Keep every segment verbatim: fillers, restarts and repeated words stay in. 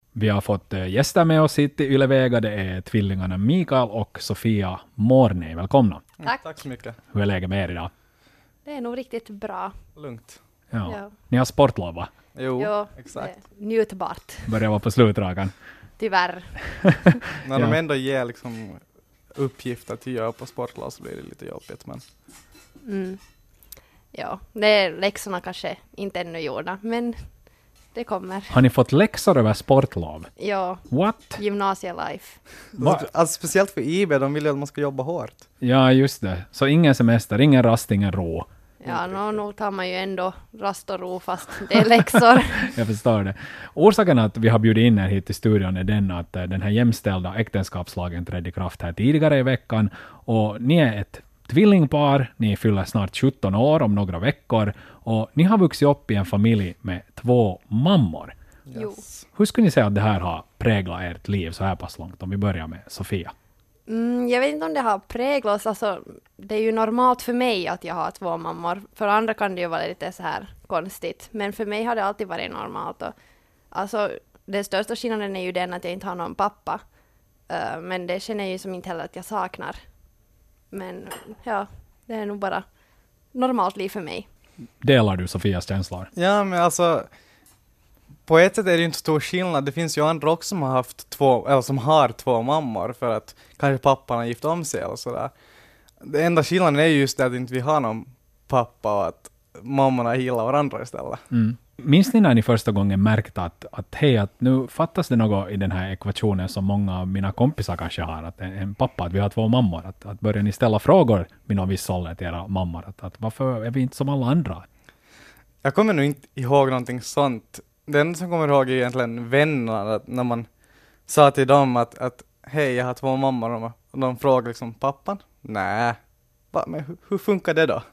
Vi har fått äh, gäster med oss hit i Ylevega. Det är tvillingarna Mikael och Sofia Morney. Välkomna. Tack. Mm, tack så mycket. Hur är läget med er idag? Det är nog riktigt bra. Lugnt. Ja. Ja. Ni har sportlov, va? Jo, Jo, exakt. det är njutbart. Börjar vara på slutrakan. Tyvärr. När Ja. de ändå ger liksom uppgifter till göra på sportlov så blir det lite jobbigt. Men Mm. Ja, det är läxorna kanske inte ännu gjorda, men det kommer. Har ni fått läxor över sportlov? Ja, What? gymnasielife. Va? alltså, speciellt för I B, de vill ju att man ska jobba hårt. Ja, just det. Så ingen semester, ingen rast, ingen ro. Ja, nå, nu tar man ju ändå rast och ro fast det är läxor. Jag förstår det. Orsaken att vi har bjudit in er hit till studion är den att eh, den här jämställda äktenskapslagen trädde i kraft här tidigare i veckan. Och ni är ett tvillingpar, ni fyller snart sjutton år om några veckor. Och ni har vuxit upp i en familj med två mammor. Jo. Hur skulle ni säga att det här har präglat ert liv så här pass långt? Om vi börjar med Sofia. Mm, jag vet inte om det har präglats, alltså det är ju normalt för mig att jag har två mammor. För andra kan det ju vara lite så här konstigt, men för mig har det alltid varit normalt. Och, alltså den största skillnaden är ju den att jag inte har någon pappa. Uh, men det känner jag ju som inte heller att jag saknar. Men ja, det är nog bara normalt liv för mig. Delar du Sofias känslor? Ja, men alltså på ett sätt är det ju inte stor skillnad. Det finns ju andra också som har haft två, eller som har två mammor för att kanske pappan har gift om sig eller sådär. Det enda skillnaden är ju just det att inte vi har någon pappa och att mammorna gillar varandra istället. Mm. Minns ni när ni första gången märkte att, att hej, att nu fattas det något i den här ekvationen som många av mina kompisar kanske har, att en, en pappa, att vi har två mammor, att, att börjar ni ställa frågor vid någon viss ålder till era mammor, att, att varför är vi inte som alla andra? Jag kommer nog inte ihåg någonting sånt. Det enda som kommer ihåg är egentligen vännerna, att när man sa till dem att, att hej, jag har två mammor, och de, och de frågade liksom, pappan? Nej. Va, men hur, hur funkar det då?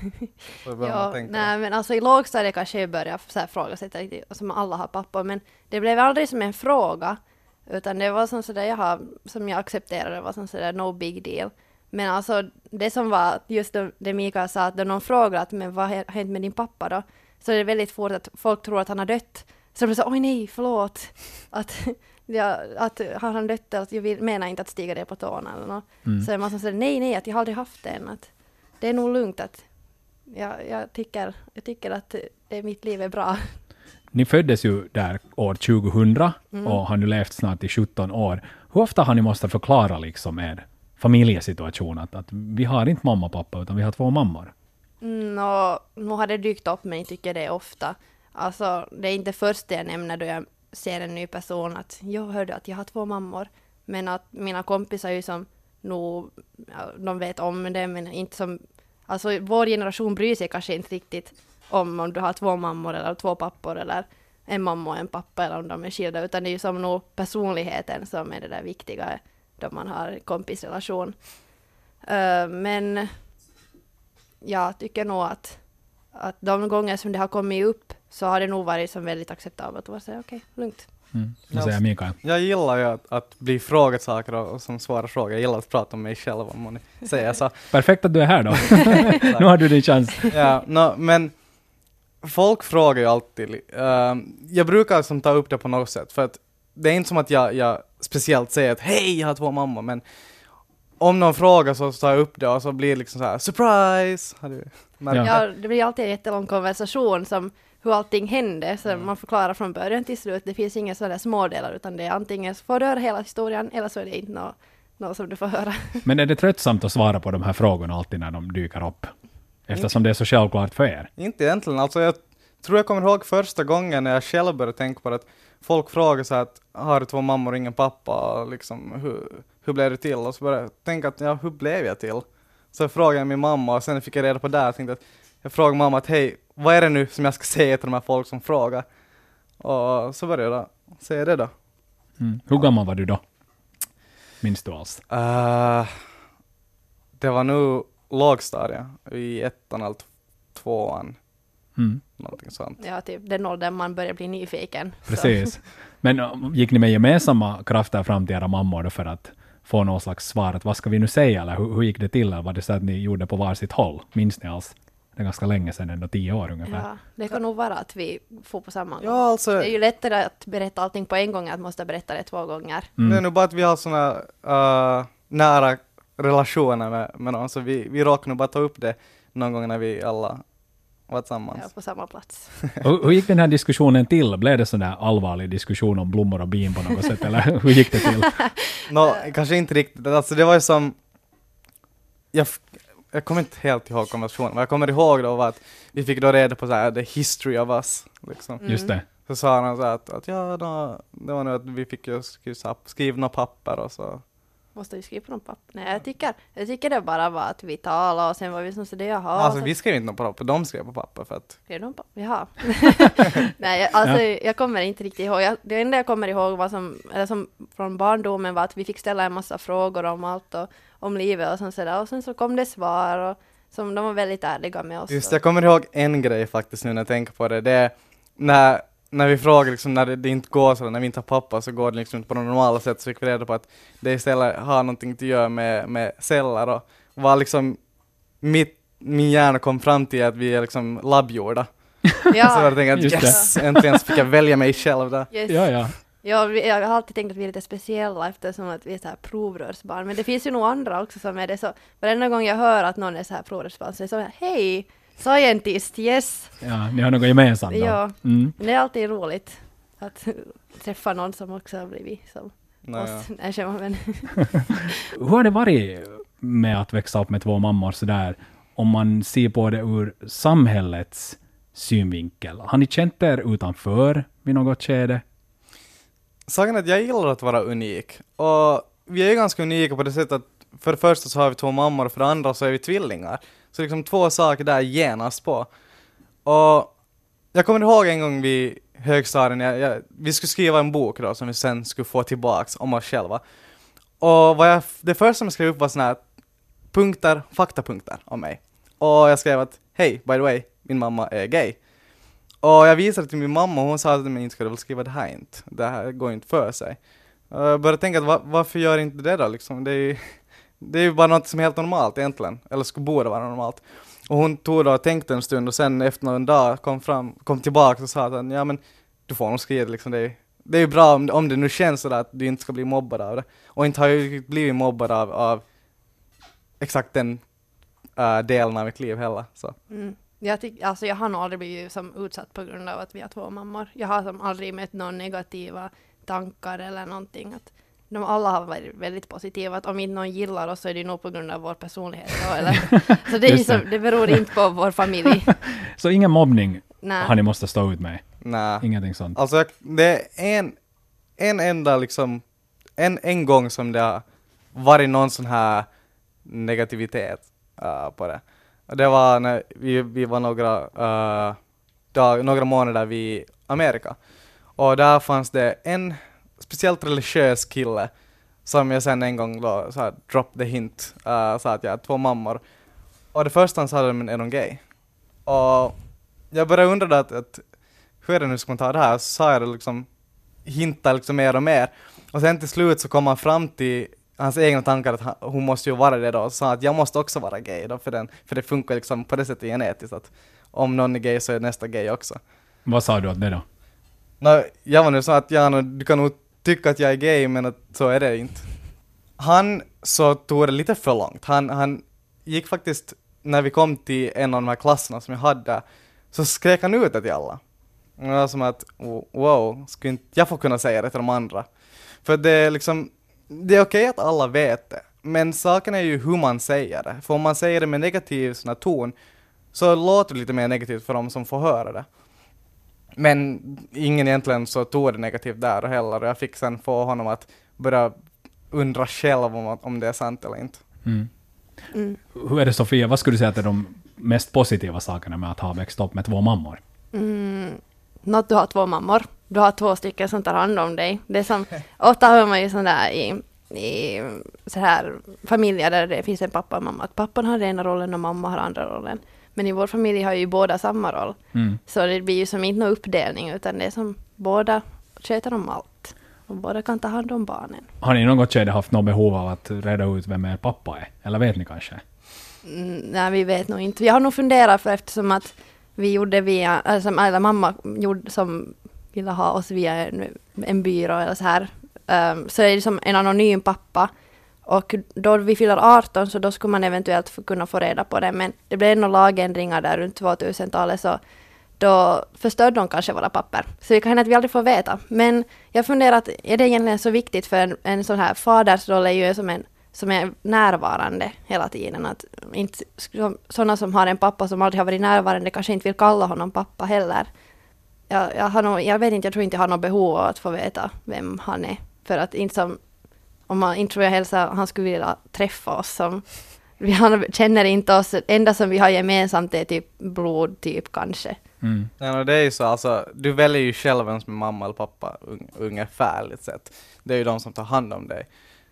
Så börjar man Ja, tänka. nej, men alltså i lågstadiet kanske jag började så här frågasätta riktigt, som alla har pappor, men det blev aldrig som en fråga, utan det var som sådär jag har, som jag accepterade, det var som sådär no big deal. Men alltså det som var just det, det Mikael sa, att när någon frågar att men vad har hänt med din pappa då, så är det väldigt fort att folk tror att han har dött. Så de säger oj nej, förlåt, att, ja, att har han dött, att jag vill, menar inte att stiga det på tårna eller något. Mm. Så är man som säger nej nej, att jag har aldrig haft det än, att det är nog lugnt att Ja, jag, tycker, jag tycker att det, mitt liv är bra. Ni föddes ju där år tjugohundra Mm. och har nu levt snart i sjutton år. Hur ofta har ni måste förklara liksom er familjesituation? Att, att vi har inte mamma och pappa utan vi har två mammor. Mm, och nu har det dykt upp, men jag tycker det är ofta. Alltså, det är inte först jag nämner då jag ser en ny person att jag hörde att jag har två mammor. Men att mina kompisar ju som nog, ja, de vet om det, men inte som, alltså vår generation bryr sig kanske inte riktigt om om du har två mammor eller två pappor eller en mamma och en pappa eller om de är skilda, utan det är ju som nog personligheten som är det där viktiga då man har kompisrelation. Uh, men jag tycker nog att, att de gånger som det har kommit upp så har det nog varit som väldigt acceptabelt att säga okej, okay, lugnt. Mm. Vad säger Mikael? Jag gillar ju att, att bli frågad saker och, och som svara frågor. Jag gillar att prata om mig själv, om man säger så. Perfekt att du är här då. Nu har du din chans. Ja, no, men folk frågar ju alltid. Uh, jag brukar liksom ta upp det på något sätt. För att det är inte som att jag, jag speciellt säger att hej, jag har två mammor. Men om någon frågar så tar jag upp det och så blir det liksom så här surprise. Har du märkt? Ja. Ja, det blir alltid en jättelång konversation som hur allting hände, så mm. man förklarar från början till slut. Det finns inga sådana smådelar, utan det är antingen så får du höra hela historien eller så är det inte något, något som du får höra. Men är det tröttsamt att svara på de här frågorna alltid när de dyker upp? Eftersom det är så självklart för er. Inte egentligen. Alltså jag tror jag kommer ihåg första gången när jag själv började tänka på det, att folk frågar så att har du två mammor och ingen pappa? Liksom, hur, hur blev det till? Och så började jag tänka att ja, hur blev jag till? Så jag frågade min mamma och sen fick jag reda på det. Jag tänkte att jag frågade mamma att hej, vad är det nu som jag ska säga till de här folk som frågar? Och så började jag då säga det då. Mm. Hur gammal var du då? Minns du alls? Uh, det var nu lågstadiet i ettan eller tvåan. Mm. Någonting sånt. Ja, typ den åldern man börjar bli nyfiken. Precis. Så. Men uh, gick ni med gemensamma krafter fram till era mammor då för att få någon slags svar att vad ska vi nu säga? Eller hur, hur gick det till? Eller var det så att ni gjorde på varsitt håll? Minns ni alls? Det är ganska länge sedan, ändå tio år ungefär. Ja, det kan nog vara att vi får på samma gång. Ja, alltså, Det är ju lättare att berätta allting på en gång än att måste berätta det två gånger. Mm. det är nog bara att vi har såna uh, nära relationer med, med någon, så vi, vi råkar nog bara ta upp det någon gång när vi alla var tillsammans. Ja, på samma plats. Och hur gick den här diskussionen till? Blev det sån där allvarlig diskussion om blommor och bin på något sätt, eller hur gick det till? Nå, kanske inte riktigt. Alltså det var ju som... Jag, f- jag kommer inte helt ihåg konversationen, men jag kommer ihåg då var att vi fick då reda på så här, the history of us. Liksom. Mm. Just det. Så sa han så här att, att ja, då, det var nog att vi fick ju skriva, skriva papper och så. Måste vi skriva på någon papper? Nej, jag tycker, jag tycker det bara var att vi talade och sen var vi som så det jaha. Alltså så vi skrev inte något på papper, de skrev på papper för att... skrev de på? Jaha. Nej, jag- alltså jag kommer inte riktigt ihåg. Jag, det enda jag kommer ihåg var som, eller som från barndomen var att vi fick ställa en massa frågor om allt och om livet och sånt sådär. Och sen så kom det svar och som de var väldigt ärliga med oss. Just och, jag kommer ihåg en grej faktiskt nu när jag tänker på det. Det är när, när vi frågar liksom, när det, det inte går så, när vi inte har pappa så går det liksom inte på något normala sätt, så fick vi reda på att det istället har någonting att göra med, med celler och var liksom mitt, min hjärna kom fram till att vi är liksom labbgjorda. ja, Så jag tänkte att just det. yes, äntligen så fick jag välja mig själv där. yes. Ja, ja. Ja, vi- jag har alltid tänkt att vi är lite speciella eftersom att vi är så här provrörsbarn. Men det finns ju nog andra också som är det så. Varenda gång jag hör att någon är så här provrörsbarn så är det så här, hej, scientist, yes. Ja, ni har något gemensamt då. Ja. Mm. Men det är alltid roligt att träffa någon som också har blivit som Naja. oss. Nej, skämt, men Hur har det varit med att växa upp med två mammor sådär, om man ser på det ur samhällets synvinkel? Har ni känt er utanför vid något skede? Saken är att jag gillar att vara unik. Och vi är ju ganska unika på det sättet att för det första så har vi två mammor och för det andra så är vi tvillingar. Så liksom två saker där genast på. Och jag kommer ihåg en gång vid högstadien, jag, jag, vi skulle skriva en bok då som vi sen skulle få tillbaks om oss själva. Och vad jag, det första som jag skrev upp var såna här punkter, faktapunkter om mig. Och jag skrev att hej, by the way, min mamma är gay. Och jag visade till min mamma och hon sa att men inte ska du väl skriva det här inte. Det här går inte för sig. Och jag började tänka att va, varför gör inte det då liksom? Det är ju, det är ju bara något som är helt normalt egentligen. Eller skulle borde vara normalt. Och hon tog då och tänkte en stund och sen efter någon dag kom, fram, kom tillbaka och sa att ja men du får nog skriva det liksom. Det är, det är ju bra om, om det nu känns så att du inte ska bli mobbad av det. Och inte har jag blivit mobbad av, av exakt den uh, delen av mitt liv heller. Så. mm. jag, tyck, alltså, jag har nog aldrig blivit som utsatt på grund av att vi har två mammor. Jag har som aldrig mött någon negativa tankar eller någonting. Att de alla har varit väldigt positiva. Att om inte någon gillar oss så är det nog på grund av vår personlighet. Då, eller? Så det, är Just det. som, det beror inte på vår familj. Så ingen mobbning Nej. har ni måste stå ut med? Nej. Ingenting sånt? Alltså jag, det är en, en enda liksom, en, en gång som det har varit någon sån här negativitet uh, på det. Och det var när vi, vi var några, uh, dag, några månader i Amerika. Och där fanns det en speciellt religiös kille som jag sen en gång då så här, drop the hint, uh, sa att jag har två mammor. Och det första han sa var, men är de gay? Och jag började undra att, att hur är det nu ska man ta det här? Så sa jag det liksom, hintar liksom mer och mer. Och sen till slut så kom han fram till hans egna tankar att han, hon måste ju vara det då. Och sa att jag måste också vara gay då, för, den, för det funkar liksom på det sättet genetiskt att om någon är gay så är nästa gay också. Vad sa du åt det då? Nå, jag var nu så att ja, du kan nog tycka att jag är gay men att så är det inte. Han så tog det lite för långt. Han, han gick faktiskt, när vi kom till en av de här klasserna som jag hade, så skrek han ut det till alla. Och det var som att, wow, skulle inte jag få kunna säga det till de andra? För det är liksom, det är okej att alla vet det. Men saken är ju hur man säger det. För om man säger det med negativ sån här ton så låter det lite mer negativt för de som får höra det. Men ingen egentligen så tog det negativt där heller. Och jag fick sen få honom att börja undra själv om, om det är sant eller inte. Mm. Mm. Hur är det, Sofia? Vad skulle du säga att är de mest positiva sakerna med att ha växt upp med två mammor? Mm. Något du har två mammor. Du har två stycken som tar hand om dig. Det är som, ofta hör man ju sån där i, i så här familjer där det finns en pappa och mamma. Att pappan har ena rollen och mamma har andra rollen. Men i vår familj har ju båda samma roll. Mm. Så det blir ju som inte någon uppdelning utan det är som båda sköter om allt. Och båda kan ta hand om barnen. Har ni i något skede haft något behov av att reda ut vem er pappa är? Eller vet ni kanske? Mm, nej, vi vet nog inte. Vi har nog funderat för eftersom att vi gjorde via, alltså, eller mamma gjorde som ville ha oss via en, en byrå eller så här. Um, så är det som en anonym pappa. Och då vi fyller arton så då skulle man eventuellt få, kunna få reda på det. Men det blev nog lagändringar där runt tvåtusentalet så då förstörde de kanske våra papper. Så det kan hända att vi aldrig får veta. Men jag funderar att är det egentligen så viktigt för en, en sån här fadersroll är ju som en som är närvarande hela tiden. Att inte, sådana som har en pappa som aldrig har varit närvarande kanske inte vill kalla honom pappa heller. Jag, jag, har nog, jag vet inte, jag tror inte jag har något behov av att få veta vem han är. För att inte som, om man inte tror jag helst han skulle vilja träffa oss. Som, vi han känner inte oss, enda som vi har gemensamt är typ blod typ kanske. Mm. Ja, det är ju så, alltså, du väljer ju själv vem som är mamma eller pappa un, ungefärligt sett. Det är ju de som tar hand om dig.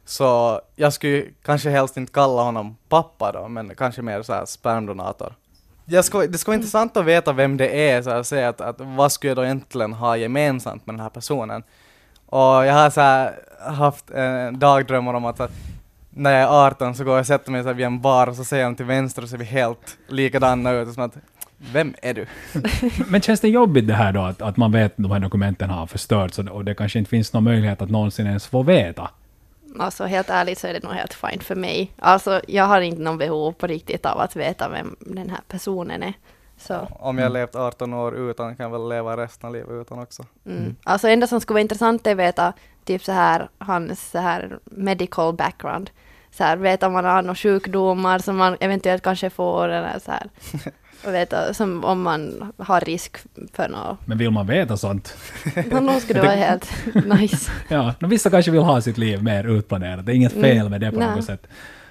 Så jag skulle kanske helst inte kalla honom pappa då, men kanske mer så här spermdonator. Jag ska, det ska vara intressant att veta vem det är, så att säga att, att vad skulle jag då egentligen ha gemensamt med den här personen. Och jag har så här haft eh, dagdrömmar om att, att när jag är arton så går jag och sätter mig så här vid en bar och så ser jag till vänster och så är vi helt likadana ut. Som att, vem är du? Men känns det jobbigt det här då, att, att man vet att de här dokumenten har förstörts och, och det kanske inte finns någon möjlighet att någonsin ens få veta? Alltså helt ärligt så är det nog helt fint för mig. Alltså jag har inte någon behov på riktigt av att veta vem den här personen är. Så. Om jag levt arton år utan kan jag väl leva resten av livet utan också. Mm. Alltså enda som skulle vara intressant är att veta typ så här hans så här medical background. Så här veta om man har några sjukdomar som man eventuellt kanske får eller så här. Och veta som om man har risk för något. Men vill man veta sånt? Då skulle det vara helt nice. Ja, vissa kanske vill ha sitt liv mer utplanerat. Det är inget fel med det på Mm. något sätt.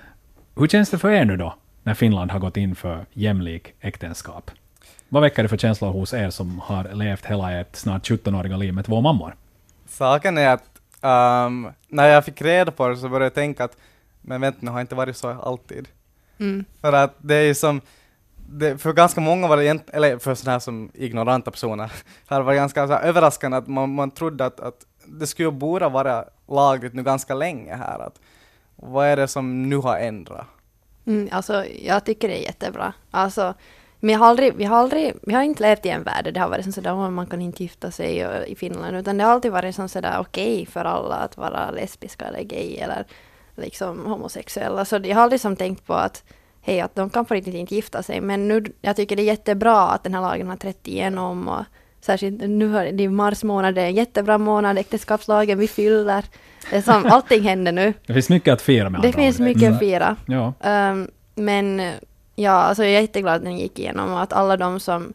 Hur känns det för er nu då, när Finland har gått in för jämlik äktenskap? Vad väcker det för känslor hos er som har levt hela ert snart sjutton-åriga liv med två mammor? Saken är att um, när jag fick reda på det så började jag tänka att men vänta, nu har inte varit så alltid. Mm. För att det är som det, för ganska många var det egent, eller för sådana här som ignoranta personer har det varit ganska så här överraskande att man, man trodde att, att det skulle borde vara lagligt nu ganska länge här. Att, vad är det som nu har ändrat? Mm, alltså jag tycker det är jättebra. Alltså men jag har aldrig, vi har aldrig, vi har inte levt i en värld där det har varit sådär att man kan inte gifta sig och, i Finland, utan det har alltid varit sådär okej okay för alla att vara lesbiska eller gay eller liksom homosexuella. Så jag har aldrig som tänkt på att hej, att de kan på riktigt inte gifta sig. Men nu, jag tycker det är jättebra att den här lagen har trätt igenom. Och särskilt nu har det är mars månad, det är en jättebra månad, äktenskapslagen, vi fyller. Det är som, allting händer nu. Det finns mycket att fira med. Det finns år. mycket mm. att fira. Ja. Um, men ja, alltså jag är jätteglad att den gick igenom och att alla de som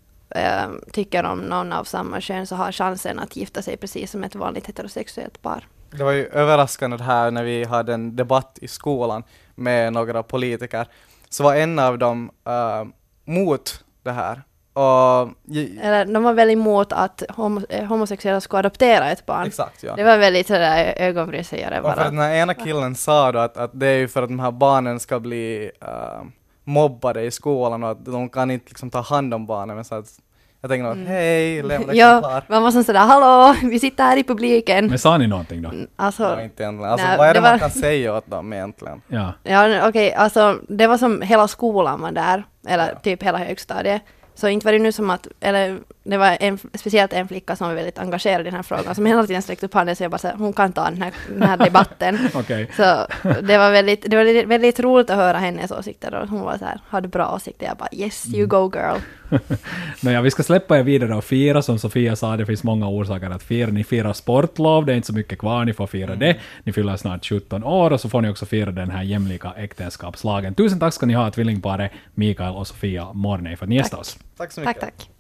um, tycker om någon av samma kön så har chansen att gifta sig precis som ett vanligt heterosexuellt par. Det var ju överraskande det här när vi hade en debatt i skolan med några politiker. Så var en av dem uh, mot det här. Och, Eller de var väl emot att homo, homosexuella skulle adoptera ett barn. Exakt, ja. Det var väldigt sådär ögonbrynsgörande bara. Och för den här ena killen sa då att, att det är ju för att de här barnen ska bli uh, mobbade i skolan och att de kan inte liksom ta hand om barnen. Men så att, jag tänkte nog, mm. hej, lämna ja, klar. man var som sådär, hallå, vi sitter här i publiken. Men sa ni någonting då? Alltså, ja, inte alltså nej, vad är det, det var... man kan säga åt dem egentligen? Ja, ja okej, okay, alltså det var som hela skolan var där, eller ja. Typ hela högstadiet. Så inte var det nu som att, eller det var en, speciellt en flicka som var väldigt engagerad i den här frågan, som hela tiden sträckte upp handen så jag bara så här, hon kan ta den här, den här debatten. okay. Så det var väldigt, det var väldigt, väldigt roligt att höra hennes åsikter och hon var så här, hade bra åsikter. Jag bara, yes, you go girl. Nåja, vi ska släppa er vidare och fira, som Sofia sa, det finns många orsaker att fira. Ni firar sportlov, det är inte så mycket kvar, ni får fira mm. det. Ni fyller snart sjutton år och så får ni också fira den här jämlika äktenskapslagen. Tusen tack ska ni ha, tvillingparet Mikael och Sofia Morney, för att ni gästade oss. Tack så mycket. Tack, tack.